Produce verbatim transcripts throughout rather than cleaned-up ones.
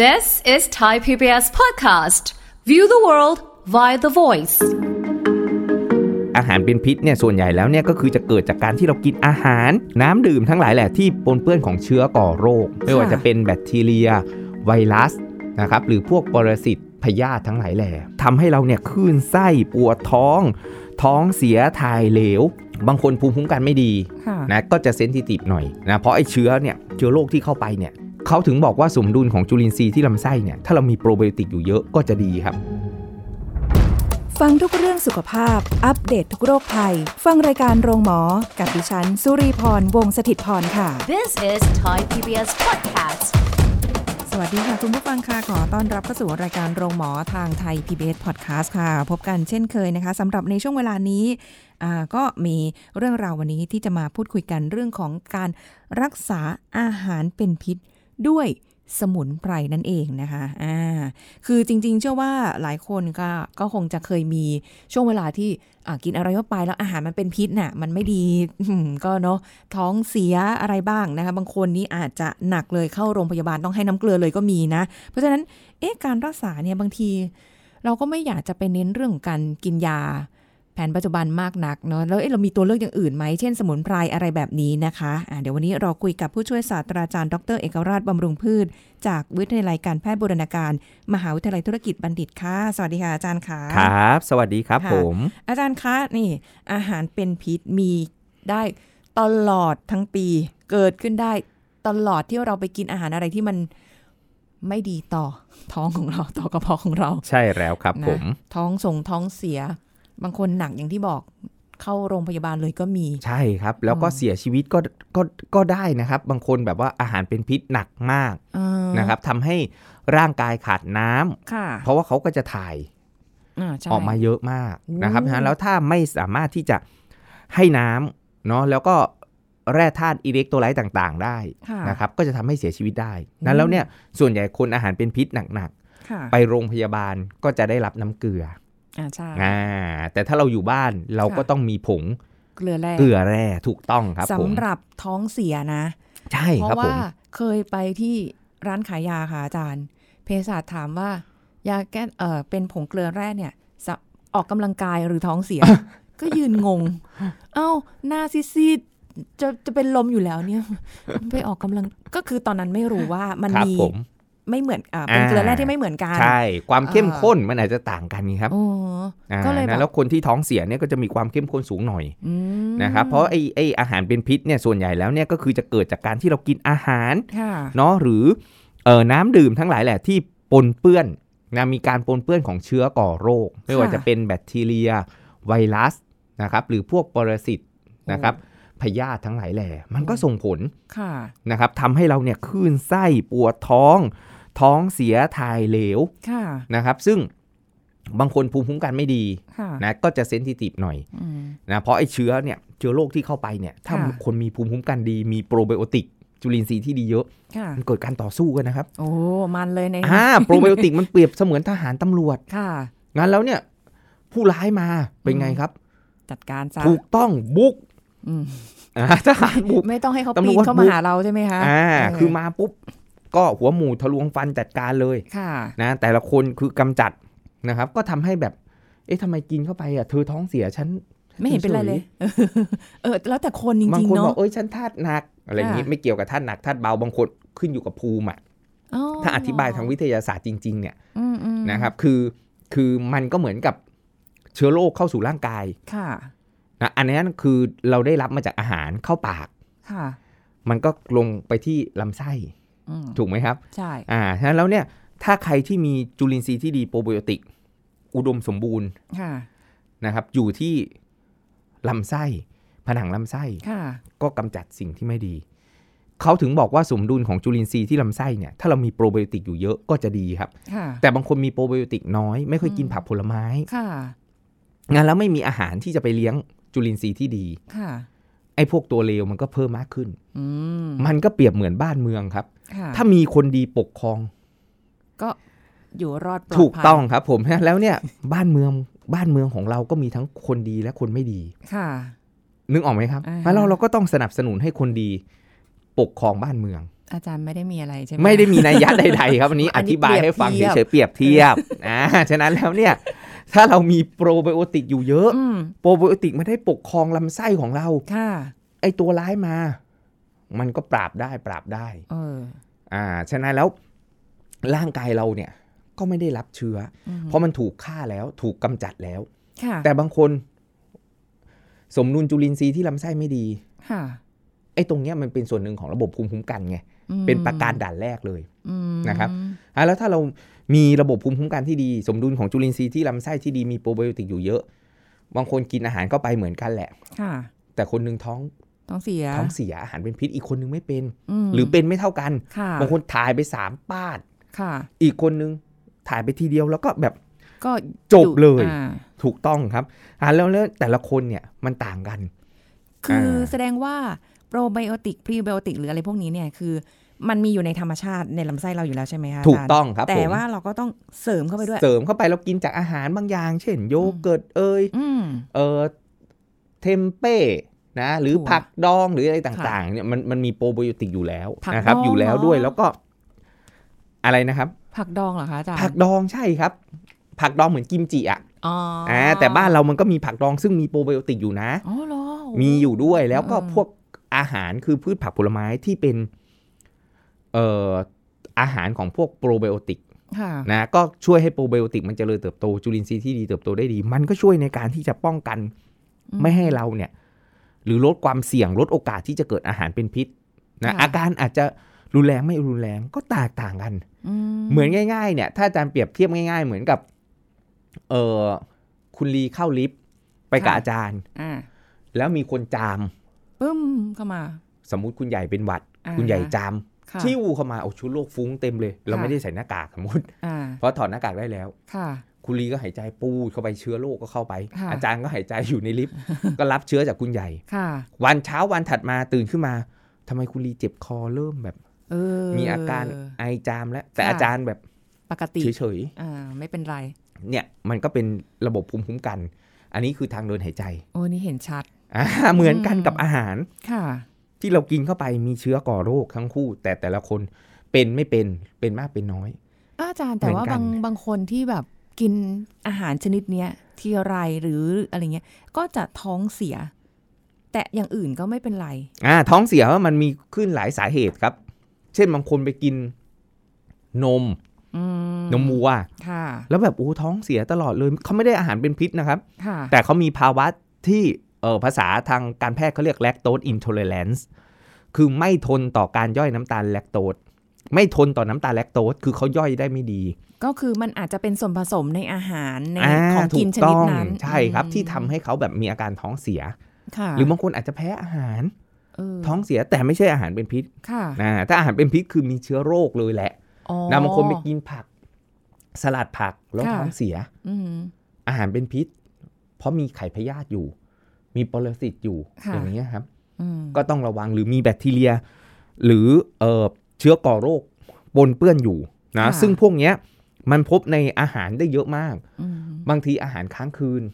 This is Thai พี บี เอส podcast. View the world via the voice. อาหารเป็นพิษเนี่ยส่วนใหญ่แล้วเนี่ยก็คือจะเกิดจากการที่เรากินอาหารน้ำดื่มทั้งหลายแหละที่ปนเปื้อนของเชื้อก่อโรคไม่ว่าจะเป็นแบคทีเรียไวรัสนะครับหรือพวกปรสิตพยาธิทั้งหลายแหละทำให้เราเนี่ยคลื่นไส้ปวดท้องท้องเสียถ่ายเหลวบางคนภูมิคุ้มกันไม่ดีนะก็จะเซนซิทีฟหน่อยนะเพราะไอ้เชื้อเนี่ยเชื้อโรคที่เข้าไปเนี่ยเขาถึงบอกว่าสมดุลของจุลินทรีย์ที่ลำไส้เนี่ยถ้าเรามีโปรไบโอติกอยู่เยอะก็จะดีครับฟังทุกเรื่องสุขภาพอัปเดต ท, ทุกโรคภัยฟังรายการโรงหมอกับดิฉันสุรีพรวงศ์สถิตย์พรค่ะ This is Thai พี บี เอส podcast. สวัสดีค่ะคุณผู้ฟังค่ะขอต้อนรับเข้าสู่รายการโรงหมอทางไทย พี บี เอส Podcast ค่ะพบกันเช่นเคยนะคะสำหรับในช่วงเวลานี้ก็มีเรื่องราววันนี้ที่จะมาพูดคุยกันเรื่องของการรักษาอาหารเป็นพิษด้วยสมุนไพรนั่นเองนะคะอ่าคือจริงๆเชื่อว่าหลายคนก็ก็คงจะเคยมีช่วงเวลาที่กินอะไรเข้าไปแล้วอาหารมันเป็นพิษน่ะมันไม่ดีก็เนาะท้องเสียอะไรบ้างนะคะบางคนนี่อาจจะหนักเลยเข้าโรงพยาบาลต้องให้น้ำเกลือเลยก็มีนะเพราะฉะนั้นเอ๊ะการรักษาเนี่ยบางทีเราก็ไม่อยากจะไปเน้นเรื่องของการกินยาแผนปัจจุบันมากนักเนาะแล้วเอ๊ะเรามีตัวเลือกอย่างอื่นไหมเช่นสมุนไพรอะไรแบบนี้นะคะะเดี๋ยววันนี้เราคุยกับผู้ช่วยศาสตราจารย์ดรเอกราชบำรุงพืชจากวิทยาลัยการแพทย์บูรณาการมหาวิทยาลัยธุรกิจบัณฑิตค่ะสวัสดีค่ะอาจารย์ค่ะครับสวัสดีครับผมอาจารย์คะนี่อาหารเป็นพิษมีได้ตลอดทั้งปีเกิดขึ้นได้ตลอดที่เราไปกินอาหารอะไรที่มันไม่ดีต่อท้องของเราต่อกระเพาะของเราใช่แล้วครับผมท้องส่งท้องเสียบางคนหนักอย่างที่บอกเข้าโรงพยาบาลเลยก็มีใช่ครับแล้วก็เสียชีวิตก็ก็ก็ได้นะครับบางคนแบบว่าอาหารเป็นพิษหนักมากนะครับทำให้ร่างกายขาดน้ำเพราะว่าเขาก็จะถ่ายออกมาเยอะมากนะครับนะแล้วถ้าไม่สามารถที่จะให้น้ำเนาะแล้วก็แร่ธาตุอิเล็กโทรไลต์ต่างๆได้นะครับก็จะทำให้เสียชีวิตได้นั้นแล้วเนี่ยส่วนใหญ่คนอาหารเป็นพิษหนักๆไปโรงพยาบาลก็จะได้รับน้ำเกลืออ่าใช่อ่าแต่ถ้าเราอยู่บ้านเราก็ต้องมีผงเกลือแร่เกลือแร่ถูกต้องครับผมสำหรับท้องเสียนะใช่ครับผมเพราะว่าเคยไปที่ร้านขายยาค่ะอาจารย์เภสัชถามว่ายาแก้เอ่อเป็นผงเกลือแร่เนี่ยออกกำลังกายหรือท้องเสีย ก็ยืนงงเอ้าหน้าซีดๆจะจะเป็นลมอยู่แล้วเนี่ยไปออกกำลังก็คือตอนนั้นไม่รู้ว่ามันมีไม่เหมือนอ่าเป็นเกลือแร่ที่ไม่เหมือนกันใช่ความเข้มข้นมันอาจจะต่างกันครับก็เลยแล้วคนที่ท้องเสียเนี่ยก็จะมีความเข้มข้นสูงหน่อยนะครับเพราะไอ้ไอ้อาหารเป็นพิษเนี่ยส่วนใหญ่แล้วเนี่ยก็คือจะเกิดจากการที่เรากินอาหารเนาะหรือเอ่อน้ำดื่มทั้งหลายแหละที่ปนเปื้อนนะมีการปนเปื้อนของเชื้อก่อโรคไม่ว่าจะเป็นแบคทีเรียไวรัสนะครับหรือพวกปรสิตนะครับพยาธิทั้งหลายแหล่มันก็ส่งผลนะครับทำให้เราเนี่ยคลื่นไส้ปวดท้องท้องเสียถ่ายเหลวนะครับซึ่งบางคนภูมิคุ้มกันไม่ดีนะก็จะเซนซิทีฟหน่อยนะเพราะไอ้เชื้อเนี่ยเชื้อโรคที่เข้าไปเนี่ยถ้าคนมีภูมิคุ้มกันดีมีโปรไบโอติกจุลินทรีย์ที่ดีเยอะมันเกิดการต่อสู้กันนะครับโอ้มันเลยในอ่าโปรไบโอติกมันเปรียบเสมือนทหารตำรวจงั้นแล้วเนี่ยผู้ร้ายมาเป็นไงครับจัดการซะถูกต้องบุกทหารบุกไม่ต้องให้เขาปีนเข้ามาหาเราใช่ไหมคะอ่าคือมาปุ๊บก็หัวหมูทะลวงฟันจัดการเลยนะแต่ละคนคือกำจัดนะครับก็ทำให้แบบเอ๊ะทำไมกินเข้าไปอ่ะเธอท้องเสียฉันไม่เห็นเป็นไรเลยเออแล้วแต่คนจริงๆเนาะบางคนบอกเอ้ยฉันธาตุหนักอะไรอย่างนี้ไม่เกี่ยวกับธาตุหนักธาตุเบาบางคนขึ้นอยู่กับภูมิอ่ะถ้าอธิบายทางวิทยาศาสตร์จริงๆเนี่ยนะครับคือคือมันก็เหมือนกับเชื้อโรคเข้าสู่ร่างกายนะอันนี้คือเราได้รับมาจากอาหารเข้าปากมันก็ลงไปที่ลำไส้ถูกไหมครับใช่อ่าฉะนั้นแล้วเนี่ยถ้าใครที่มีจุลินทรีย์ที่ดีโปรไบโอติกอุดมสมบูรณ์นะครับอยู่ที่ลำไส้ผนังลำไส้ก็กำจัดสิ่งที่ไม่ดีเขาถึงบอกว่าสมดุลของจุลินทรีย์ที่ลำไส้เนี่ยถ้าเรามีโปรไบโอติกอยู่เยอะก็จะดีครับแต่บางคนมีโปรไบโอติกน้อยไม่ค่อยกินผักผลไม้งั้นแล้วไม่มีอาหารที่จะไปเลี้ยงจุลินทรีย์ที่ดีไอ้พวกตัวเลวมันก็เพิ่มมากขึ้นมันก็เปรียบเหมือนบ้านเมืองครับถ้ามีคนดีปกครองก็อยู่รอดปลอดภัยถูกต้องครับผมแล้วเนี่ยบ้านเมืองบ้านเมืองของเราก็มีทั้งคนดีและคนไม่ดีค่ะนึกออกไหมครับแล้วเราเราก็ต้องสนับสนุนให้คนดีปกครองบ้านเมืองอาจารย์ไม่ได้มีอะไรใช่ไหมไม่ได้มีนัยยะใดๆครับวันนี้อธิบายให้ฟังเฉยๆเปรียบเทียบอ่าฉะนั้นแล้วเนี่ยถ้าเรามีโปรไบโอติกอยู่เยอะโปรไบโอติกมันได้ปกครองลำไส้ของเราไอตัวร้ายมามันก็ปราบได้ปราบได้เอออ่าฉะนั้นแล้วร่างกายเราเนี่ยก็ไม่ได้รับเชื้อเพราะมันถูกฆ่าแล้วถูกกำจัดแล้วแต่บางคนสมดุลจุลินทรีย์ที่ลำไส้ไม่ดีไอ้ตรงเนี้ยมันเป็นส่วนหนึ่งของระบบภูมิคุ้มกันไงเป็นประการด่านแรกเลยนะครับแล้วถ้าเรามีระบบภูมิคุ้มกันที่ดีสมดุลของจุลินทรีย์ที่ลำไส้ที่ดีมีโปรไบโอติกอยู่เยอะบางคนกินอาหารเข้าไปเหมือนกันแหละแต่คนนึงท้องท้องเสียท้องเสียอาหารเป็นพิษอีกคนนึงไม่เป็นหรือเป็นไม่เท่ากันบางคนถ่ายไปสามปาดอีกคนนึงถ่ายไปทีเดียวแล้วก็แบบก็จบเลยถูกต้องครับอ่าแล้วแต่ละคนเนี่ยมันต่างกันคือแสดงว่าโปรไบโอติกพรีไบโอติกหรืออะไรพวกนี้เนี่ยคือมันมีอยู่ในธรรมชาติในลำไส้เราอยู่แล้วใช่ไหมคะถูกต้องครับแต่ว่าเราก็ต้องเสริมเข้าไปด้วยเสริมเข้าไปเรากินจากอาหารบางอย่างเช่นโยเกิร์ตเอยเออเทมเป้นะหรือผักดองหรืออะไรต่างๆเนี่ยมันมันมีโปรไบโอติกอยู่แล้วนะครับอยู่แล้วด้วยแล้วก็อะไรนะครับผักดองเหรอคะอาจารย์ผักดองใช่ครับผักดองเหมือนกิมจิอ่ะอ๋อแต่บ้านเรามันก็มีผักดองซึ่งมีโปรไบโอติกอยู่นะอ๋อเหรอมีอยู่ด้วยแล้วก็พวกอาหารคือพืชผักผลไม้ที่เป็นเอ่ออาหารของพวกโปรไบโอติกนะก็ช่วยให้โปรไบโอติกมันเจริญเติบโตจุลินทรีย์ที่ดีเติบโตได้ดีมันก็ช่วยในการที่จะป้องกันไม่ให้เราเนี่ยหรือลดความเสี่ยงลดโอกาสที่จะเกิดอาหารเป็นพิษนะอาการอาจจะรุนแรงไม่รุนแรงก็แตกต่างกันเหมือนง่ายๆเนี่ยถ้าอาจารย์เปรียบเทียบง่ายๆเหมือนกับเออคุณลีเข้าลิฟต์ไปกับอาจารย์แล้วมีคนจามปึ้มเข้ามาสมมุติคุณใหญ่เป็นหวัดคุณใหญ่จามชิ่วเข้ามาเอาเชื้อโรคฟุ้งเต็มเลยเราไม่ได้ใส่หน้ากากสมมติเพราะถอดหน้ากากได้แล้วคุณลีก็หายใจปูดเข้าไปเชื้อโรคก็เข้าไปอาจารย์ก็หายใจอยู่ในลิฟต์ก็รับเชื้อจากคุณใหญ่วันเช้าวันถัดมาตื่นขึ้นมาทำไมคุณลีเจ็บคอเริ่มแบบมีอาการไอจามแล้วแต่อาจารย์แบบปกติเฉยๆไม่เป็นไรเนี่ยมันก็เป็นระบบภูมิคุ้มกันอันนี้คือทางเดินหายใจโอ้นี่เห็นชัดเหมือนกันกับอาหารที่เรากินเข้าไปมีเชื้อก่อโรคทั้งคู่แต่แต่ละคนเป็นไม่เป็นเป็นมากเป็นน้อยอาจารย์แต่ว่าบางบางคนที่แบบกินอาหารชนิดเนี้ยทีไรหรืออะไรเงี้ยก็จะท้องเสียแต่อย่างอื่นก็ไม่เป็นไรอ่าท้องเสียมันมีขึ้นหลายสาเหตุครับเช่นบางคนไปกินนมนมวัวแล้วแบบโอ้ท้องเสียตลอดเลยเขาไม่ได้อาหารเป็นพิษนะครับแต่เขามีภาวะที่เออภาษาทางการแพทย์เขาเรียก lactose intolerance คือไม่ทนต่อการย่อยน้ำตาลแลคโตสไม่ทนต่อน้ำตาลแลคโตสคือเขาย่อยได้ไม่ดีก็คือมันอาจจะเป็นส่วนผสมในอาหารในของกินชนิดนั้นใช่ครับที่ทำให้เขาแบบมีอาการท้องเสียหรือบางคนอาจจะแพ้อาหารท้องเสียแต่ไม่ใช่อาหารเป็นพิษนะถ้าอาหารเป็นพิษคือมีเชื้อโรคเลยแหละนะบางคนไปกินผักสลัดผักแล้วท้องเสียอาหารเป็นพิษเพราะมีไข่พยาธิอยู่มีปรสิตอยู่อย่างนี้ครับก็ต้องระวังหรือมีแบคทีเรียหรือเอ่อเชื้อก่อโรคปนเปื้อนอยู่นะซึ่งพวกนี้มันพบในอาหารได้เยอะมากบางทีอาหารค้างคืน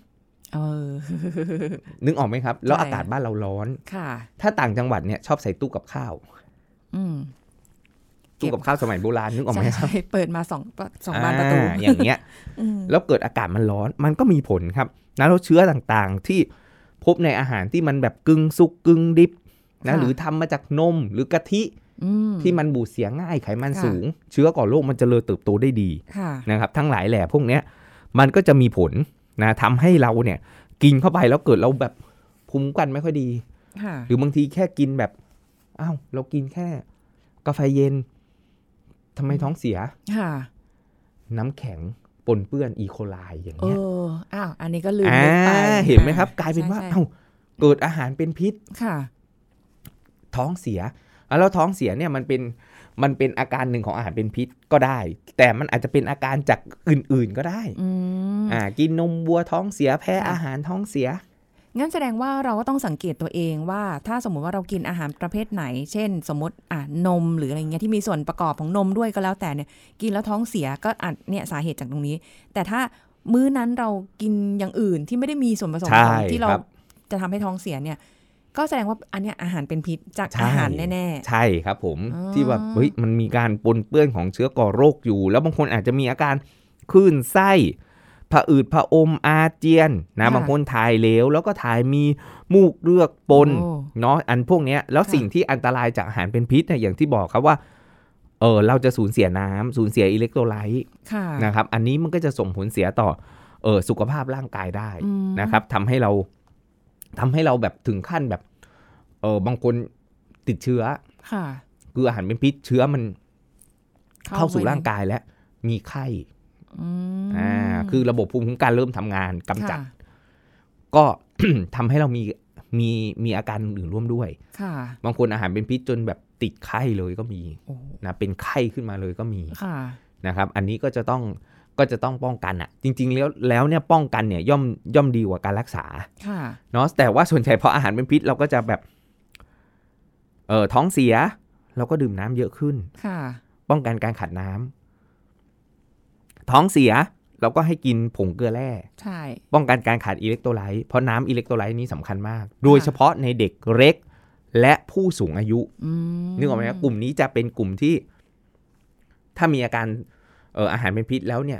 นึกออกไหมครับแล้วอากาศบ้านเราร้อนถ้าต่างจังหวัดเนี่ยชอบใส่ตู้กับข้าวตู้กับข้าวสมัยโบราณนึกออกไหมครับเปิดมาสองสองบานประตูอย่างเงี้ยแล้วเกิดอากาศมันร้อนมันก็มีผลครับนะแล้วเชื้อต่างๆที่พบในอาหารที่มันแบบกึ่งสุกกึ่งดิบนะหรือทำมาจากนมหรือกะทิที่มันบูดเสียง่ายไขมันสูงเชื้อก่อโรคมันจะเจริญเติบโตได้ดีนะครับทั้งหลายแหล่พวกเนี้ยมันก็จะมีผลนะทำให้เราเนี่ยกินเข้าไปแล้วเกิดเราแบบภูมิคุ้มกันไม่ค่อยดีหรือบางทีแค่กินแบบอ้าวเรากินแค่กาแฟเย็นทำไมท้องเสียน้ำแข็งปนเปื้อนอีโคไลอย่างเงี้ยอ้าวอันนี้ก็ลืมไปเห็นไหมครับกลายเป็นว่าอ้าวเกิดอาหารเป็นพิษท้องเสียแล้วท้องเสียเนี่ยมันเป็นมันเป็นอาการหนึ่งของอาหารเป็นพิษก็ได้แต่มันอาจจะเป็นอาการจากอื่นๆก็ได้อ่ากินนมวัวท้องเสียแพ้อาหารท้องเสียงั้นแสดงว่าเราก็ต้องสังเกตตัวเองว่าถ้าสมมุติว่าเรากินอาหารประเภทไหนเช่นสมมติอ่านมหรืออะไรเงี้ยที่มีส่วนประกอบของนมด้วยก็แล้วแต่เนี่ยกินแล้วท้องเสียก็อาจเนี่ยสาเหตุจากตรงนี้แต่ถ้ามื้อนั้นเรากินอย่างอื่นที่ไม่ได้มีส่วนผสมของที่เราจะทำให้ท้องเสียเนี่ยก็แสดงว่าอันเนี้ยอาหารเป็นพิษจากอาหารแน่ๆใช่ครับผมที่ว่าเฮ้ยมันมีการปนเปื้อนของเชื้อก่อโรคอยู่แล้วบางคนอาจจะมีอาการคลื่นไส้ผะอืดผะอมอาเจียนนะบางคนถ่ายเหลวแล้วก็ถ่ายมีมูกเลือกปนเนาะอันพวกเนี้ยแล้วสิ่งที่อันตรายจากอาหารเป็นพิษเนี่ยอย่างที่บอกครับว่าเออเราจะสูญเสียน้ำสูญเสียอิเล็กโทรไลต์นะครับอันนี้มันก็จะส่งผลเสียต่อเออสุขภาพร่างกายได้นะครับทำให้เราทำให้เราแบบถึงขั้นแบบเออบางคนติดเชื้อคืออาหารเป็นพิษเชื้อมันเข้าสู่ร่างกายแล้วมีไข้อ่าคือระบบภูมิคุ้มกันเริ่มทำงานกำจัดก็ ทำให้เรามีมีมีอาการอื่นร่วมด้วยบางคนอาหารเป็นพิษจนแบบติดไข้เลยก็มีนะเป็นไข้ขึ้นมาเลยก็มีนะครับอันนี้ก็จะต้องก็จะต้องป้องกันอ่ะจริงๆแล้วแล้วเนี่ยป้องกันเนี่ยย่อมย่อมดีกว่าการรักษาเนาะแต่ว่าส่วนใหญ่พออาหารเป็นพิษเราก็จะแบบเออท้องเสียเราก็ดื่มน้ำเยอะขึ้นป้องกันการขาดน้ำท้องเสียเราก็ให้กินผงเกลือแร่ป้องกันการขาดอิเล็กโทรไลต์เพราะน้ำอิเล็กโทรไลต์นี้สำคัญมากโดยเฉพาะในเด็กเล็กและผู้สูงอายุนึกออกไหมครับกลุ่มนี้จะเป็นกลุ่มที่ถ้ามีอาการเอออาหารเป็นพิษแล้วเนี่ย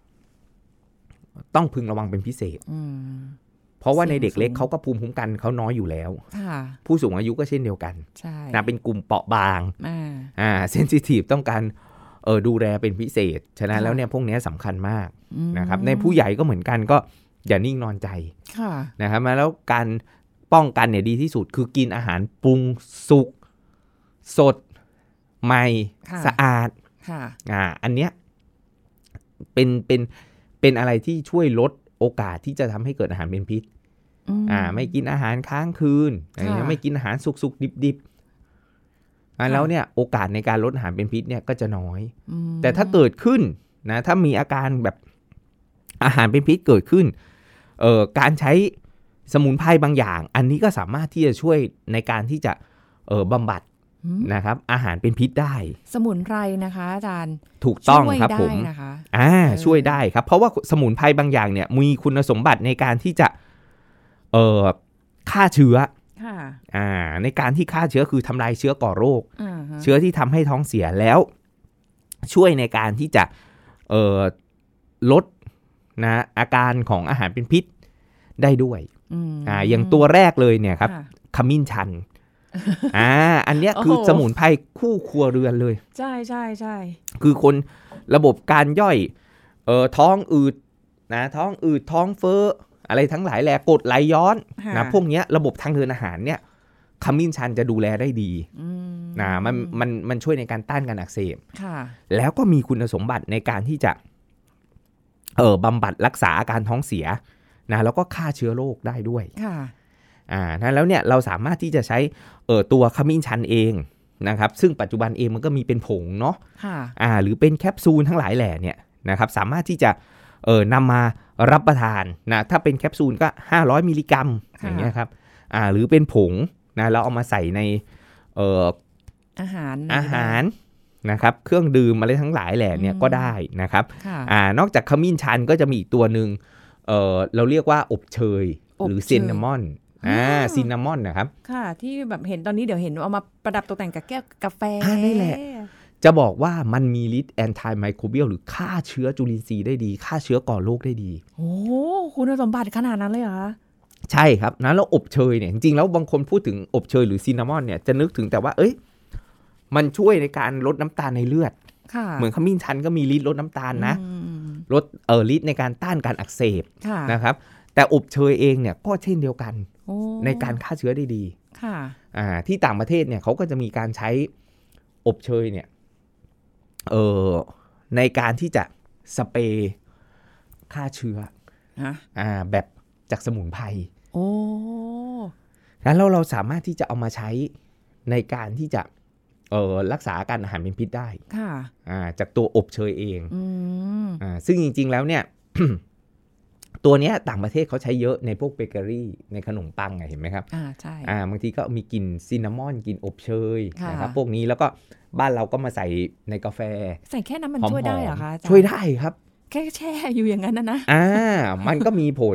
ต้องพึงระวังเป็นพิเศษเพราะว่าในเด็กเล็กเขาก็ภูมิคุ้มกันเขาน้อยอยู่แล้วผู้สูงอายุก็เช่นเดียวกันนะเป็นกลุ่มเปราะบางอ่าเซนซิทีฟต้องการเออดูแลเป็นพิเศษฉะนั้นแล้วเนี่ยพวกนี้สำคัญมากนะครับในผู้ใหญ่ก็เหมือนกันก็อย่านิ่งนอนใจนะครับแล้วการป้องกันเนี่ยดีที่สุดคือกินอาหารปรุงสุกสดใหม่สะอาดอ่าอันเนี้ยเป็นเป็นเป็นอะไรที่ช่วยลดโอกาสที่จะทำให้เกิดอาหารเป็นพิษอ่าไม่กินอาหารค้างคืนอะไรเงี้ยไม่กินอาหารสุกๆดิบๆอ่าแล้วเนี่ยโอกาสในการลดอาหารเป็นพิษเนี่ยก็จะน้อยแต่ถ้าเกิดขึ้นนะถ้ามีอาการแบบอาหารเป็นพิษเกิดขึ้นเอ่อการใช้สมุนไพรบางอย่างอันนี้ก็สามารถที่จะช่วยในการที่จะเอ่อบำบัดนะครับอาหารเป็นพิษได้สมุนไพรนะคะอาจารย์ถูกต้องครับผมอ่าช่วยได้ครับเพราะว่าสมุนไพรบางอย่างเนี่ยมีคุณสมบัติในการที่จะเอ่อฆ่าเชื้ออ่าในการที่ฆ่าเชื้อคือทำลายเชื้อก่อโรคเชื้อที่ทำให้ท้องเสียแล้วช่วยในการที่จะเอ่อลดนะอาการของอาหารเป็นพิษได้ด้วยอ่าอย่างตัวแรกเลยเนี่ยครับขมิ้นชันอ่าอันเนี้ยคือสมุนไพรคู่ครัวเรือนเลยใช่ใช่ใช่คือคนระบบการย่อยเอ่อท้องอืดนะท้องอืดท้องเฟ้ออะไรทั้งหลายแหละกรดไหลย้อนนะพวกเนี้ยระบบทางเดินอาหารเนี่ยขมิ้นชันจะดูแลได้ดีนะมันมันมันช่วยในการต้านการอักเสบแล้วก็มีคุณสมบัติในการที่จะเออบำบัดรักษาอาการท้องเสียนะแล้วก็ฆ่าเชื้อโรคได้ด้วยอ่านะแล้วเนี่ยเราสามารถที่จะใช้เอ่อตัวขมิ้นชันเองนะครับซึ่งปัจจุบันเองมันก็มีเป็นผงเนาะอ่าหรือเป็นแคปซูลทั้งหลายแหล่เนี่ยนะครับสามารถที่จะเอ่อนำมารับประทานนะถ้าเป็นแคปซูลก็ห้าร้อยมิลลิกรัมอย่างเงี้ยครับอ่าหรือเป็นผงนะเราเอามาใส่ในเอ่ออาหารอาหารนะครับเครื่องดื่มอะไรทั้งหลายแหล่เนี่ยก็ได้นะครับอ่านอกจากขมิ้นชันก็จะมีอีกตัวนึงเอ่อเราเรียกว่าอบเชยหรือซินนามอนอ่าซินนามอนนะครับค่ะที่แบบเห็นตอนนี้เดี๋ยวเห็นเอามาประดับตกแต่งกับแก้วกาแฟนี่แหละจะบอกว่ามันมีฤทธิ์แอนตี้ไมโครเบียลหรือฆ่าเชื้อจุลินทรีย์ได้ดีฆ่าเชื้อก่อโรคได้ดีโอ้คุณสมบัติขนาดนั้นเลยเหรอใช่ครับนะแล้วอบเชยเนี่ยจริงๆแล้วบางคนพูดถึงอบเชยหรือซินนามอนเนี่ยจะนึกถึงแต่ว่าเอ้ยมันช่วยในการลดน้ำตาลในเลือดเหมือนขมิ้นชันก็มีฤทธิ์ลดน้ำตาลนะลดเออฤทธิ์ในการต้านการอักเสบนะครับแต่อบเชยเองเนี่ยก็เช่นเดียวกันในการฆ่าเชื้อได้ดีอ่าที่ต่างประเทศเนี่ยเขาก็จะมีการใช้อบเชยเนี่ยเออในการที่จะสเปรย์ฆ่าเชื้ออ่าแบบจากสมุนไพรโอ้แล้วเราเราสามารถที่จะเอามาใช้ในการที่จะเออรักษาอาการอาหารเป็นพิษได้ค่ะอ่าจากตัวอบเชยเองอ่าซึ่งจริงๆแล้วเนี่ย ตัวเนี้ยต่างประเทศเขาใช้เยอะในพวกเบเกอรี่ในขนมปังไงเห็นไหมครับอ่าใช่อ่าบางทีก็มีกลิ่นซินนามอนกลิ่นอบเชยนะครับพวกนี้แล้วก็บ้านเราก็มาใส่ในกาแฟใส่แค่นั้นมันช่วยได้เหรอคะช่วยได้ครับแค่แช่อยู่อย่างนั้นนะนะอ่ามันก็มีผล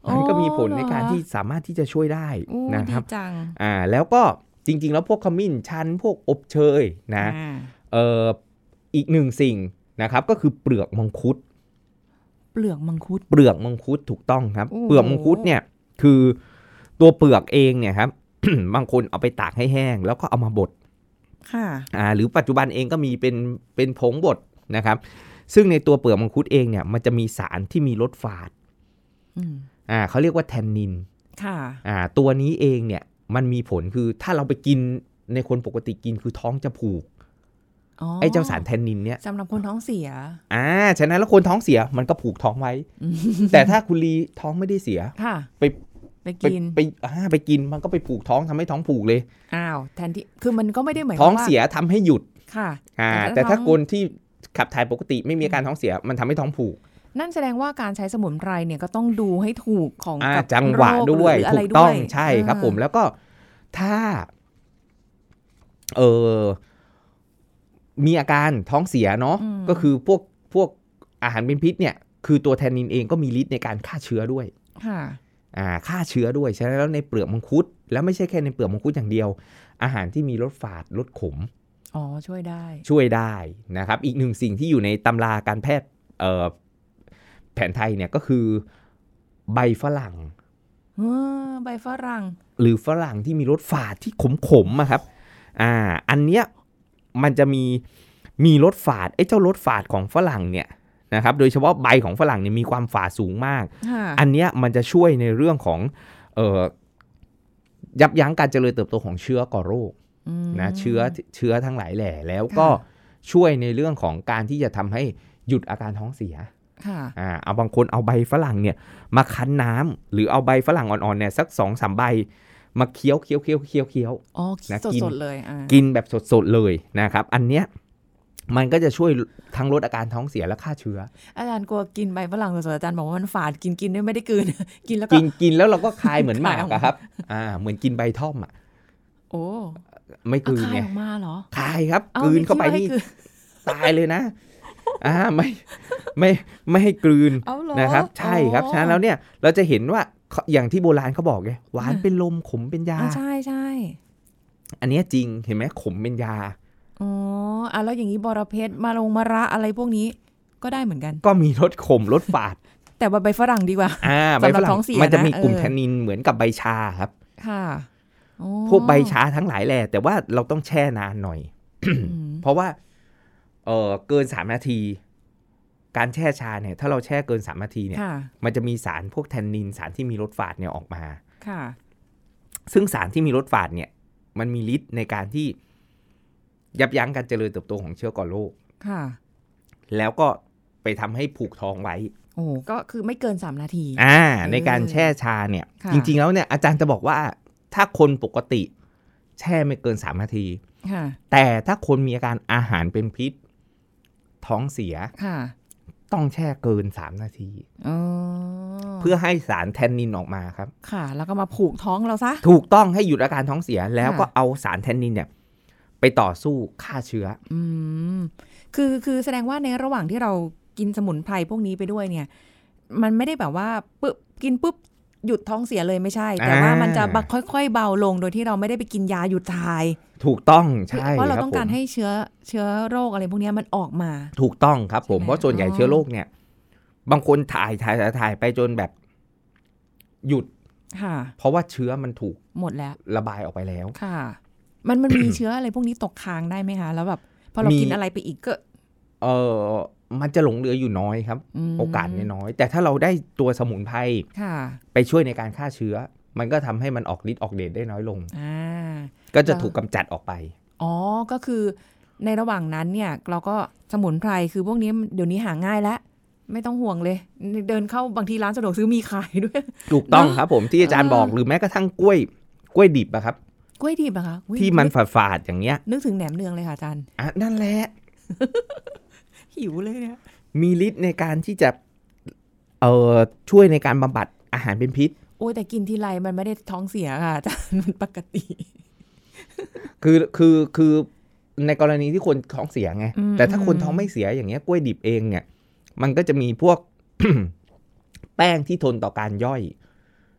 มันก็มีผลในการที่สามารถที่จะช่วยได้นะครับอ่าแล้วก็จริงๆแล้วพวกขมิ้นชันพวกอบเชยนะเอ่ออีกหนึ่งสิ่งนะครับก็คือเปลือกมังคุดเปลือกมังคุดเปลือกมังคุดถูกต้องครับเปลือกมังคุดเนี่ยคือตัวเปลือกเองเนี่ยครับ บางคนเอาไปตากให้แห้งแล้วก็เอามาบดค่ะอ่าหรือปัจจุบันเองก็มีเป็นเป็นผงบดนะครับซึ่งในตัวเปลือกมังคุดเองเนี่ยมันจะมีสารที่มีรสฝาดอ่าเขาเรียกว่าแทนนินค่ะอ่าตัวนี้เองเนี่ยมันมีผลคือถ้าเราไปกินในคนปกติกินคือท้องจะผูกไอ้เจ้าสารแทนนินเนี่ยสำหรับคนท้องเสียอ่าฉะนั้นแล้วคนท้องเสียมันก็ผูกท้องไว้ แต่ถ้าคุณลีท้องไม่ได้เสียไปไปกินไปอ่าไปกินมันก็ไปผูกท้องทำให้ท้องผูกเลยอ้าวแทนที่คือมันก็ไม่ได้หมายท้องเสียทำให้หยุดค่ะอ่าแต่ถ้าคนที่ขับถ่ายปกติไม่มีอาการท้องเสียมันทำให้ท้องผูกนั่นแสดงว่าการใช้สมุนไพรเนี่ยก็ต้องดูให้ถูกของกับจังหวะด้วยถูกต้องใช่ครับผมแล้วก็ถ้าเออมีอาการท้องเสียเนาะก็คือพวกพวกอาหารเป็นพิษเนี่ยคือตัวแทนนินเองก็มีฤทธิ์ในการฆ่าเชื้อด้วยค่ะอ่าฆ่าเชื้อด้วยใช่แล้วในเปลือกมังคุดแล้วไม่ใช่แค่ในเปลือกมังคุดอย่างเดียวอาหารที่มีรสฝาดรสขมอ๋อช่วยได้ช่วยได้นะครับอีกหนึ่งสิ่งที่อยู่ในตำราการแพทย์เอ่อแผนไทยเนี่ยก็คือใบฝรั่งเออใบฝรั่งหรือฝรั่งที่มีรสฝาดที่ขมๆอะครับอ่าอันเนี้ยมันจะมีมีรสฝาดไอ้เจ้ารสฝาดของฝรั่งเนี่ยนะครับโดยเฉพาะใบของฝรั่งเนี่ยมีความฝาดสูงมากอันเนี้ยมันจะช่วยในเรื่องของเอ่อยับยั้งการเจริญเติบโตของเชื้อก่อโรคนะเชื้อเชื้อทั้งหลายแหล่แล้วก็ช่วยในเรื่องของการที่จะทำให้หยุดอาการท้องเสียอ่าเอาบางคนเอาใบฝรั่งเนี่ยมาคั้นน้ำหรือเอาใบฝรั่งอ่อนๆเนี่ยสัก สองสาม ใบมาเคี้ยวเคี้ยวเคี้ยวเคี้ยวเคี้ยวอ๋อสดๆเลยกินแบบสดๆเลยนะครับอันเนี้ยมันก็จะช่วยทั้งลดอาการท้องเสียและฆ่าเชื้ออาจารย์กลัวกินใบฝรั่งสดๆอาจารย์บอกว่ามันฝาดกินกินไม่ได้กลืนกินแล้วก็กินกินแล้วเราก็คายเหมือนหมากอะครับอ่าเหมือนกินใบท่อมอ่ะโอ้ไม่กลืนไงคายออกมาเหรอคายครับกลืนเข้าไปนี่ตายเลยนะอ่าไม่ไม่ไม่ให้กลืนนะครับใช่ครับฉะนั้นแล้วเนี่ยเราจะเห็นว่าอย่างที่โบราณเขาบอกไงหวานเป็นลมขมเป็นยาใช่ใช่อันนี้จริงเห็นไหมขมเป็นยาอ๋ออ่ะแล้วอย่างนี้บอระเพ็ดมาลงมะระอะไรพวกนี้ก็ได้เหมือนกันก็มีรสขมรสฝาดแต่ว่าใบฝรั่งดีกว่าอ่าใบฝรั่งมันจะมีกลุ่มแทนนินเหมือนกับใบชาครับค่ะพวกใบชาทั้งหลายแหละแต่ว่าเราต้องแช่นานหน่อย เพราะว่าเออเกินสามนาทีการแช่ชาเนี่ยถ้าเราแช่เกินสามนาทีเนี่ยมันจะมีสารพวกแทนนินสารที่มีรสฝาดเนี่ยออกมาค่ะซึ่งสารที่มีรสฝาดเนี่ยมันมีฤทธิ์ในการที่ยับยั้งการเจริญเติบโตของเชื้อก่อโรคค่ะแล้วก็ไปทำให้ผูกท้องไว้โอ้ก็คือไม่เกินสามนาทีอ่าในการแช่ชาเนี่ยจริงๆแล้วเนี่ยอาจารย์จะบอกว่าถ้าคนปกติแช่ไม่เกินสามนาทีแต่ถ้าคนมีอาการอาหารเป็นพิษท้องเสียต้องแช่เกินสามนาทีเพื่อให้สารแทนนินออกมาครับค่ะแล้วก็มาผูกท้องเราซะถูกต้องให้หยุดอาการท้องเสียแล้วก็เอาสารแทนนินเนี่ยไปต่อสู้ฆ่าเชื้ออืมคือคือแสดงว่าในระหว่างที่เรากินสมุนไพรพวกนี้ไปด้วยเนี่ยมันไม่ได้แบบว่าปึ๊บกินปุ๊บหยุดท้องเสียเลยไม่ใช่แต่ว่ามันจะค่อยๆเบาลงโดยที่เราไม่ได้ไปกินยาหยุดถ่ายถูกต้องใช่เพราะเราต้องการให้เชื้อเชื้อโรคอะไรพวกนี้มันออกมาถูกต้องครับผมเพราะส่วนใหญ่เชื้อโรคเนี่ยบางคนถ่ายถ่ายถ่ายไปจนแบบหยุดเพราะว่าเชื้อมันถูกหมดแล้วระบายออกไปแล้วค่ะมันมันมีเชื้ออะไรพวกนี้ตกค้างได้ไหมคะแล้วแบบพอเรากินอะไรไปอีกก็เออมันจะหลงเหลืออยู่น้อยครับโอกาสน้อยแต่ถ้าเราได้ตัวสมุนไพรไปช่วยในการฆ่าเชื้อมันก็ทำให้มันออกฤทธิ์ออกเดชได้น้อยลงก็จะถูกกำจัดออกไปอ๋อก็คือในระหว่างนั้นเนี่ยเราก็สมุนไพรคือพวกนี้เดี๋ยวนี้หาง่ายแล้วไม่ต้องห่วงเลยเดินเข้าบางทีร้านสะดวกซื้อมีขายด้วยถูกต้องครับผมที่อาจารย์บอกหรือแม้กระทั่งกล้วยกล้วยดิบอะครับกล้วยดิบอะคะที่มันฝาดๆอย่างเงี้ยนึกถึงแหนมเนืองเลยค่ะอาจารย์อ่ะนั่นแหละหิวเลยเนี่ยมีฤทธิ์ในการที่จะเอ่อช่วยในการบำบัดอาหารเป็นพิษโอ้ยแต่กินทีไรมันไม่ได้ท้องเสียค่ะอาจารย์มันปกติคือคือคือในกรณีที่คนท้องเสียไงแต่ถ้าคนท้องไม่เสียอย่างเงี้ยกล้วยดิบเองเนี่ยมันก็จะมีพวก แป้งที่ทนต่อการย่อย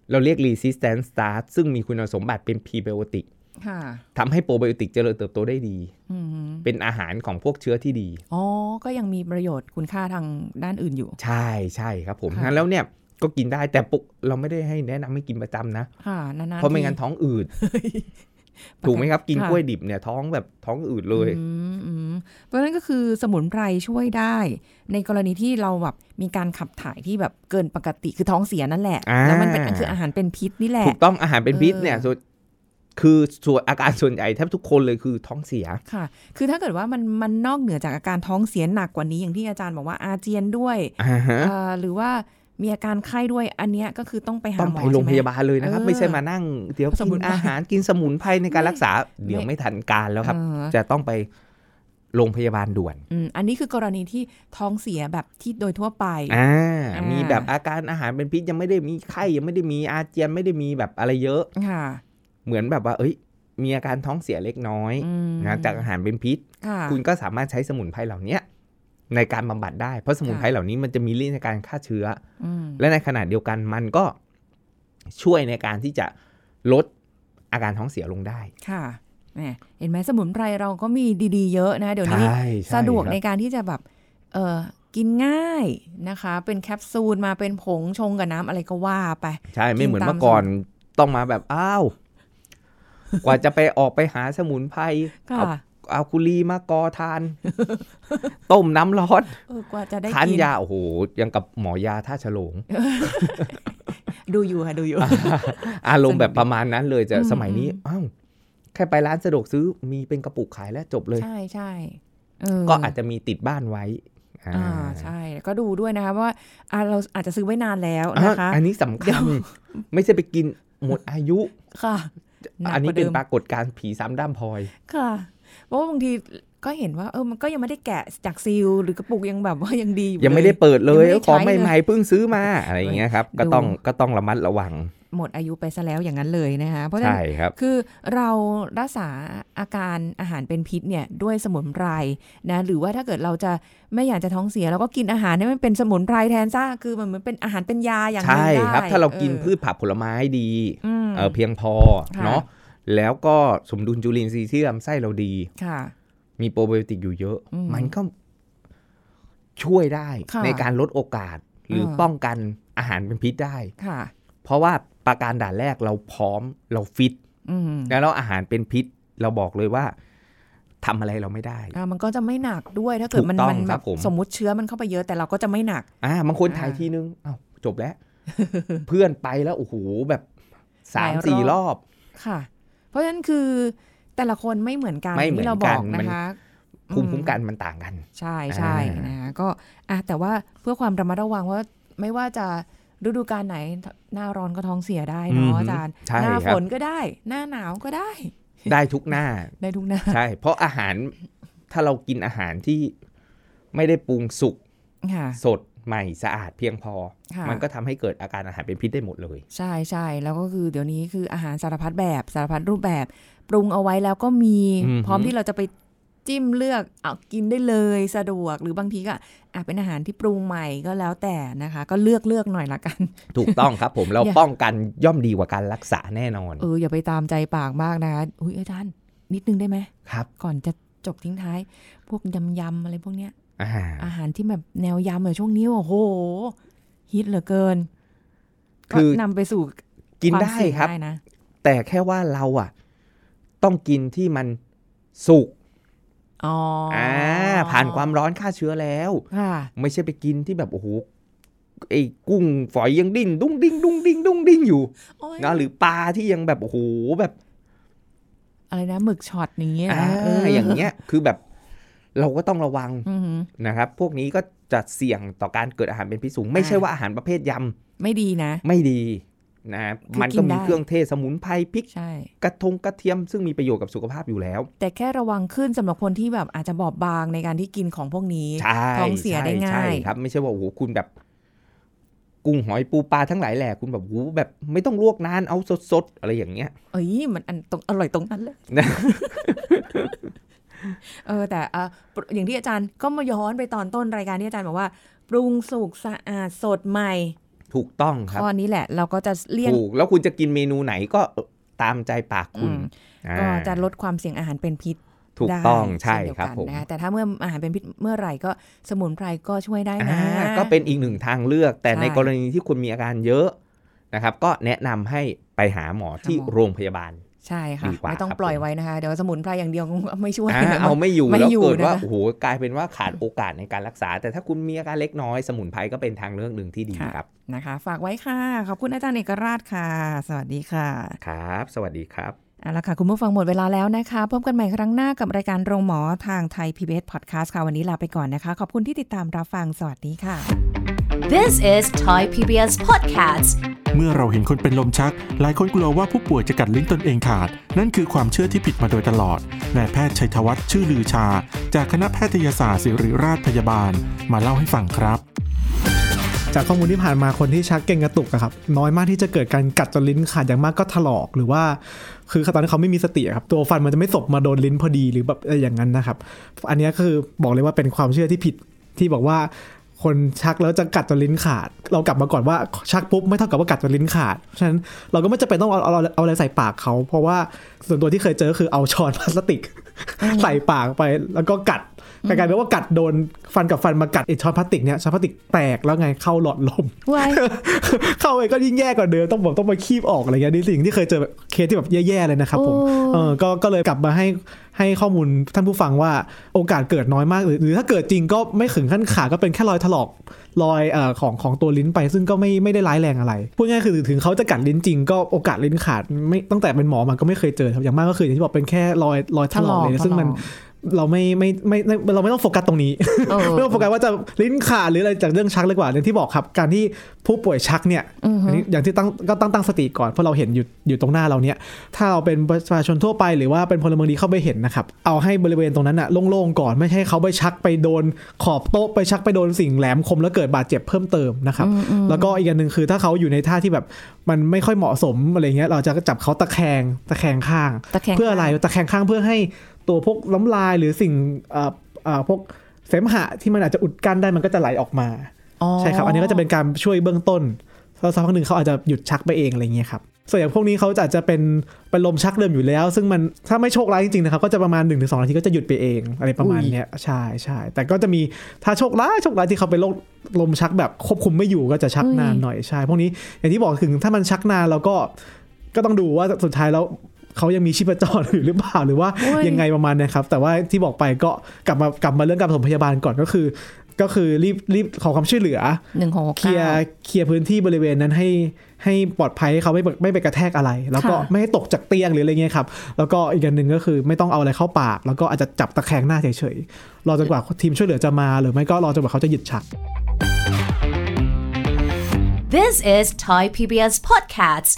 เราเรียก resistant starch ซึ่งมีคุณสมบัติเป็น prebiotic ทำให้โปรไบโอติกเจริญเติบโตได้ดีเป็นอาหารของพวกเชื้อที่ดีอ๋อก็ยังมีประโยชน์คุณค่าทางด้านอื่นอยู่ใช่ใช่ครับผมงั้นแล้วเนี่ยก็กินได้แต่ปุกเราไม่ได้ให้แนะนำให้กินประจำนะเพราะไม่งั้นท้องอืดถูกไหมครับกินกล้วยดิบเนี่ยท้องแบบท้องอืดเลยเพราะฉะนั้นก็คือสมุนไพรช่วยได้ในกรณีที่เราแบบมีการขับถ่ายที่แบบเกินปกติคือท้องเสียนั่นแหละแล้วมันเป็นคืออาหารเป็นพิษนี่แหละถูกต้องอาหารเป็นพิษเนี่ยคือส่วนอาการส่วนใหญ่แทบทุกคนเลยคือท้องเสียค่ะคือถ้าเกิดว่ามันมันนอกเหนือจากอาการท้องเสียหนักกว่านี้อย่างที่อาจารย์บอกว่าอาเจียนด้วย uh-huh. หรือว่ามีอาการไข้ด้วยอันนี้ก็คือต้องไปหาหมอต้องไปโรงพยาบาลเลยนะครับไม่ใช่มานั่งเดี๋ยวกินอาหารกินสมุนไพรในการรักษาเดี๋ยวไม่ทันการแล้วครับจะต้องไปโรงพยาบาลด่วนอันนี้คือกรณีที่ท้องเสียแบบที่โดยทั่วไปอ่ามีแบบอาการอาหารเป็นพิษยังไม่ได้มีไข้ยังไม่ได้มีอาเจียนไม่ได้มีแบบอะไรเยอะค่ะเหมือนแบบว่าเอ้ยมีอาการท้องเสียเล็กน้อยนะจากอาหารเป็นพิษคุณก็สามารถใช้สมุนไพรเหล่านี้ในการบำบัดได้เพราะสมุนไพรเหล่านี้มันจะมีฤทธิ์ในการฆ่าเชื้อและในขณะเดียวกันมันก็ช่วยในการที่จะลดอาการท้องเสียลงได้ค่ะเห็นไหมสมุนไพรเราก็มีดีๆเยอะนะเดี๋ยวนี้สะดวกในการที่จะแบบเออกินง่ายนะคะเป็นแคปซูลมาเป็นผงชงกับน้ำอะไรก็ว่าไปใช่ไม่เหมือนเมื่อก่อนต้องมาแบบอ้าวกว่าจะไปออกไปหาสมุนไพรเอาเอาคุลีมากอทานต้มน้ำร้อนกว่าจะได้ทานยาโอ้โหยังกับหมอยาท่าฉลงดูอยู่ค่ะดูอยู่อารมณ์แบบประมาณนั้นเลยจะสมัยนี้อ้าวแค่ไปร้านสะดวกซื้อมีเป็นกระปุกขายแล้วจบเลยใช่ใช่ก็อาจจะมีติดบ้านไว้อ่าใช่ก็ดูด้วยนะคะว่าเราอาจจะซื้อไว้นานแล้วนะคะอันนี้สำคัญไม่ใช่ไปกินหมดอายุค่ะอันนี้เป็นปรากฏการณ์ผีซ้ำด้ามพลอยค่ะเพราะว่าบางทีก็เห็นว่าเออมันก็ยังไม่ได้แกะจากซีลหรือกระปุกยังแบบว่ายังดีอยู่ยังไม่ได้เปิดเลยของใหม่ๆเพิ่งซื้อมาอะไรอย่างเงี้ยครับก็ต้องก็ต้องระมัดระวังหมดอายุไปซะแล้วอย่างนั้นเลยนะคะเพราะฉะนั้นคือเรารักษาอาการอาหารเป็นพิษเนี่ยด้วยสมุนไพรนะหรือว่าถ้าเกิดเราจะไม่อยากจะท้องเสียเราก็กินอาหารเนี่ยมันเป็นสมุนไพรแทนซะคือมันเหมือนเป็นอาหารเป็นยาอย่างนึงได้ใช่ครับถ้าเรากินพืชผักผลไม้ดีเออเพียงพอเนาะแล้วก็สมดุลจุลินทรีย์ที่ลำไส้เราดีมีโปรไบโอติกอยู่เยอะมันก็ช่วยได้ในการลดโอกาสหรือป้องกันอาหารเป็นพิษได้เพราะว่าประการด่านแรกเราพร้อมเราฟิตแล้วเราอาหารเป็นพิษเราบอกเลยว่าทำอะไรเราไม่ได้มันก็จะไม่หนักด้วยถ้าเกิดมันมันแบบสมมุติเชื้อมันเข้าไปเยอะแต่เราก็จะไม่หนักอ่าบางคนถ่ายทีนึงอ้าวจบแล้ว เพื่อนไปแล้วโอ้โหแบบสามสี่รอบค่ะเพราะฉะนั้นคือแต่ละคนไม่เหมือนกันที่เราบอกนะคะภูมิคุ้มกันมันต่างกันใช่ใช่นะคะก็อ่ะแต่ว่าเพื่อความระมัดระวังว่าไม่ว่าจะฤดูกาลไหนหน้าร้อนก็ท้องเสียได้เนาะอาจารย์หน้าฝนก็ได้หน้าหนาวก็ได้ได้ทุกหน้าได้ทุกหน้าใช่เพราะอาหารถ้าเรากินอาหารที่ไม่ได้ปรุงสุกสดใหม่สะอาดเพียงพอมันก็ทำให้เกิดอาการอาหารเป็นพิษได้หมดเลยใช่ใช่แล้วก็คือเดี๋ยวนี้คืออาหารสารพัดแบบสารพัดรูปแบบปรุงเอาไว้แล้วก็มีพร้อมที่เราจะไปจิ้มเลือกเอากินได้เลยสะดวกหรือบางทีก็อ่ะเป็นอาหารที่ปรุงใหม่ก็แล้วแต่นะคะก็เลือกเลือกหน่อยละกันถูกต้องครับผมเราป้องกันย่อมดีกว่าการรักษาแน่นอนเอออย่าไปตามใจปากมากนะคะอุ้ยอาจารย์นิดนึงได้ไหมครับก่อนจะจบทิ้งท้ายพวกยำยำอะไรพวกเนี้ยอาหารที่แบบแนวยำเลยช่วงนี้โอ้โหฮิตเหลือเกินคือนำไปสู่กินได้ครับนะแต่แค่ว่าเราอ่ะต้องกินที่มันสุกอ๋ออ่าผ่านความร้อนฆ่าเชื้อแล้วไม่ใช่ไปกินที่แบบโอ้โหไอ้กุ้งฝอยยังดิ้นดุ้งดิ้งดุ้งดิ้งดุ้งดิ้งอยู่นะหรือปลาที่ยังแบบโอ้โหแบบอะไรนะหมึกช็อตนี้นะเอออย่างเงี้ยคือแบบเราก็ต้องระวังนะครับพวกนี้ก็จะเสี่ยงต่อการเกิดอาหารเป็นพิษสูงไม่ใช่ว่าอาหารประเภทยำไม่ดีนะไม่ดีนะมันก็มีเครื่องเทศสมุนไพรพริกกระทงกระเทียมซึ่งมีประโยชน์กับสุขภาพอยู่แล้วแต่แค่ระวังขึ้นสำหรับคนที่แบบอาจจะบอบบางในการที่กินของพวกนี้ท้องเสียได้ง่ายครับไม่ใช่ว่าโอ้โหคุณแบบกุ้งหอยปูปลาทั้งหลายแหละคุณแบบโอ้แบบไม่ต้องลวกนานเอาสดๆอะไรอย่างเงี้ยเอ้ยมันอันตรงอร่อยตรงนั้นเลยเออแต่อ่ะอย่างที่อาจารย์ก็มาย้อนไปตอนต้นรายการที่อาจารย์บอกว่าปรุงสุกสะอาดสดใหม่ถูกต้องครับข้อนี้แหละเราก็จะเลี่ยงถูกแล้วคุณจะกินเมนูไหนก็ตามใจปากคุณก็จะลดความเสี่ยงอาหารเป็นพิษถูกต้องใช่ครับผมแต่ถ้าเมื่ออาหารเป็นพิษเมื่อไหร่ก็สมุนไพรก็ช่วยได้นะก็เป็นอีกหนึ่งทางเลือกแต่ในกรณีที่คุณมีอาการเยอะนะครับก็แนะนำให้ไปหาหมอที่โรงพยาบาลใช่ค่ะไม่ต้องปล่อยไว้นะคะเดี๋ยวสมุนไพรอย่างเดียวไม่ช่วยเอาไม่อยู่แล้วเกิดว่าโอ้โหกลายเป็นว่าขาดโอกาสในการรักษาแต่ถ้าคุณมีอาการเล็กน้อยสมุนไพรก็เป็นทางเลือกหนึ่งที่ดีครับนะคะฝากไว้ค่ะขอบคุณอาจารย์เอกราชค่ะสวัสดีค่ะครับสวัสดีครับเอาละค่ะคุณผู้ฟังหมดเวลาแล้วนะคะพบกันใหม่ครั้งหน้ากับรายการโรงหมอทางไทย พี บี เอส Podcast ค่ะวันนี้ลาไปก่อนนะคะขอบคุณที่ติดตามรับฟังสวัสดีค่ะ This is Thai พี บี เอส Podcast เมื่อเราเห็นคนเป็นลมชักหลายคนกลัวว่าผู้ป่วยจะกัดลิ้นตนเองขาดนั่นคือความเชื่อที่ผิดมาโดยตลอดนายแพทย์ชัยธวัฒน์ชื่อลือชาจากคณะแพทยศาสตร์ศิริราชพยาบาลมาเล่าให้ฟังครับจากข้อมูลที่ผ่านมาคนที่ชักเกร็งกระตุกอะครับน้อยมากที่จะเกิดการกัดจนลิ้นขาดอย่างมากก็ถลอกหรือว่าคือตอนที่เขาไม่มีสติครับตัวฟันมันจะไม่สบมาโดนลิ้นพอดีหรือแบบอย่างนั้นนะครับอันนี้คือบอกเลยว่าเป็นความเชื่อที่ผิดที่บอกว่าคนชักแล้วจะกัดจนลิ้นขาดเรากลับมาก่อนว่าชักปุ๊บไม่เท่ากับว่ากัดจนลิ้นขาดฉะนั้นเราก็ไม่จำเป็นต้องเอาเอาเอาอะไรใส่ปากเขาเพราะว่าส่วนตัวที่เคยเจอคือเอาช้อนพลาสติกใส่ปากไปแล้วก็กัดกลายเป็นว่ากัดโดนฟันกับฟันมากัดไอ้ช้อนพลาสติกเนี่ยช้อนพลาสติกแตกแล้วไงเข้าหลอดลมเข้าไปก็ยิ่งแย่กว่าเดิมต้องผมต้องมาคีบออกอะไรเงี้ยนี่สิ่งที่เคยเจอเคสที่แบบแย่ๆเลยนะครับผมเออก็ก็เลยกลับมาให้ให้ข้อมูลท่านผู้ฟังว่าโอกาสเกิดน้อยมากหรือหรือถ้าเกิดจริงก็ไม่ถึงขั้นขาดก็เป็นแค่รอยถลอกรอยเอ่อของของตัวลิ้นไปซึ่งก็ไม่ไม่ได้ร้ายแรงอะไรพูดง่ายคือถึงเขาจะกัดลิ้นจริงก็โอกาสลิ้นขาดไม่ตั้งแต่เป็นหมอมันก็ไม่เคยเจอครับอย่างมากก็คืออย่างที่บอกเป็นแค่รอยรอยถลอกเลยซึ่งมันเราไม่ไม่ไม่เราไม่ต้องโฟกัสตรงนี้ ไม่ต้องโฟกัสว่าจะลิ้นขาดหรืออะไรจากเรื่องชักเลยกว่าอย่างที่บอกครับการที่ผู้ป่วยชักเนี่ย อันนี้อย่างที่ตั้งก็ตั้งตั้งสติก่อนเพราะเราเห็นอยู่อยู่ตรงหน้าเราเนี่ยถ้าเราเป็นประชาชนทั่วไปหรือว่าเป็นพลเมืองดีเข้าไปเห็นนะครับเอาให้บริเวณตรงนั้นน่ะโล่งๆก่อนไม่ใช่เขาไปชักไปโดนขอบโต๊ะไปชักไปโดนสิ่งแหลมคมแล้วเกิดบาดเจ็บเพิ่มเติมนะครับแล้วก็อีกอย่างนึงคือถ้าเขาอยู่ในท่าที่แบบมันไม่ค่อยเหมาะสมอะไรเงี้ยเราจะจับเขาตะแคงตะแคงข้างเพื่ออะไรตะแคงข้างเพื่อให้ตัวพวกน้ำลายหรือสิ่งเอ่อเอ่อพวกเสมหะที่มันอาจจะอุดกั้นได้มันก็จะไหลออกมาใช่ครับอันนี้ก็จะเป็นการช่วยเบื้องต้นสักพักหนึ่งเขาอาจจะหยุดชักไปเองอะไรเงี้ยครับส่วนอย่างพวกนี้เขาอาจจะเป็นเป็นลมชักเดิมอยู่แล้วซึ่งมันถ้าไม่โชคร้ายจริงๆนะครับก็จะประมาณ หนึ่งถึงสอง นาทีก็จะหยุดไปเองอะไรประมาณนี้ใช่ใช่แต่ก็จะมีถ้าโชคร้ายโชคร้ายที่เขาเป็นโรคลมชักแบบควบคุมไม่อยู่ก็จะชักนานหน่อยใช่พวกนี้อย่างที่บอกถึงถ้ามันชักนานแล้วก็ก็ต้องดูว่าสุดท้ายแล้วเขายังมีชีพจรหรือเปล่าหรือว่ายังไงประมาณนี้ครับแต่ว่าที่บอกไปก็กลับมากลับมาเรื่องการปฐมพยาบาลก่อนก็คือก็คือรีบรีบขอความช่วยเหลือเคลียร์เคลียร์พื้นที่บริเวณนั้นให้ให้ปลอดภัยให้เขาไม่ไม่ไปกระแทกอะไรแล้วก็ไม่ให้ตกจากเตียงหรืออะไรเงี้ยครับแล้วก็อีกอย่างนึงก็คือไม่ต้องเอาอะไรเข้าปากแล้วก็อาจจะจับตะแคงหน้าเฉยๆรอจนกว่าทีมช่วยเหลือจะมาหรือไม่ก็รอจนกว่าเขาจะหยุดชัก This is Thai พี บี เอส Podcast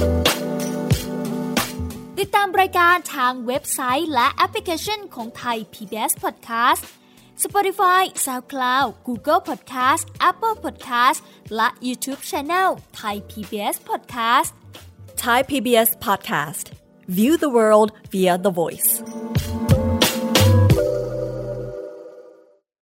ติดตามรายการทางเว็บไซต์และแอปพลิเคชันของไทย พี บี เอส Podcast Spotify, SoundCloud, Google Podcast, Apple Podcast และ YouTube Channel Thai พี บี เอส Podcast Thai พี บี เอส Podcast View the world via the voice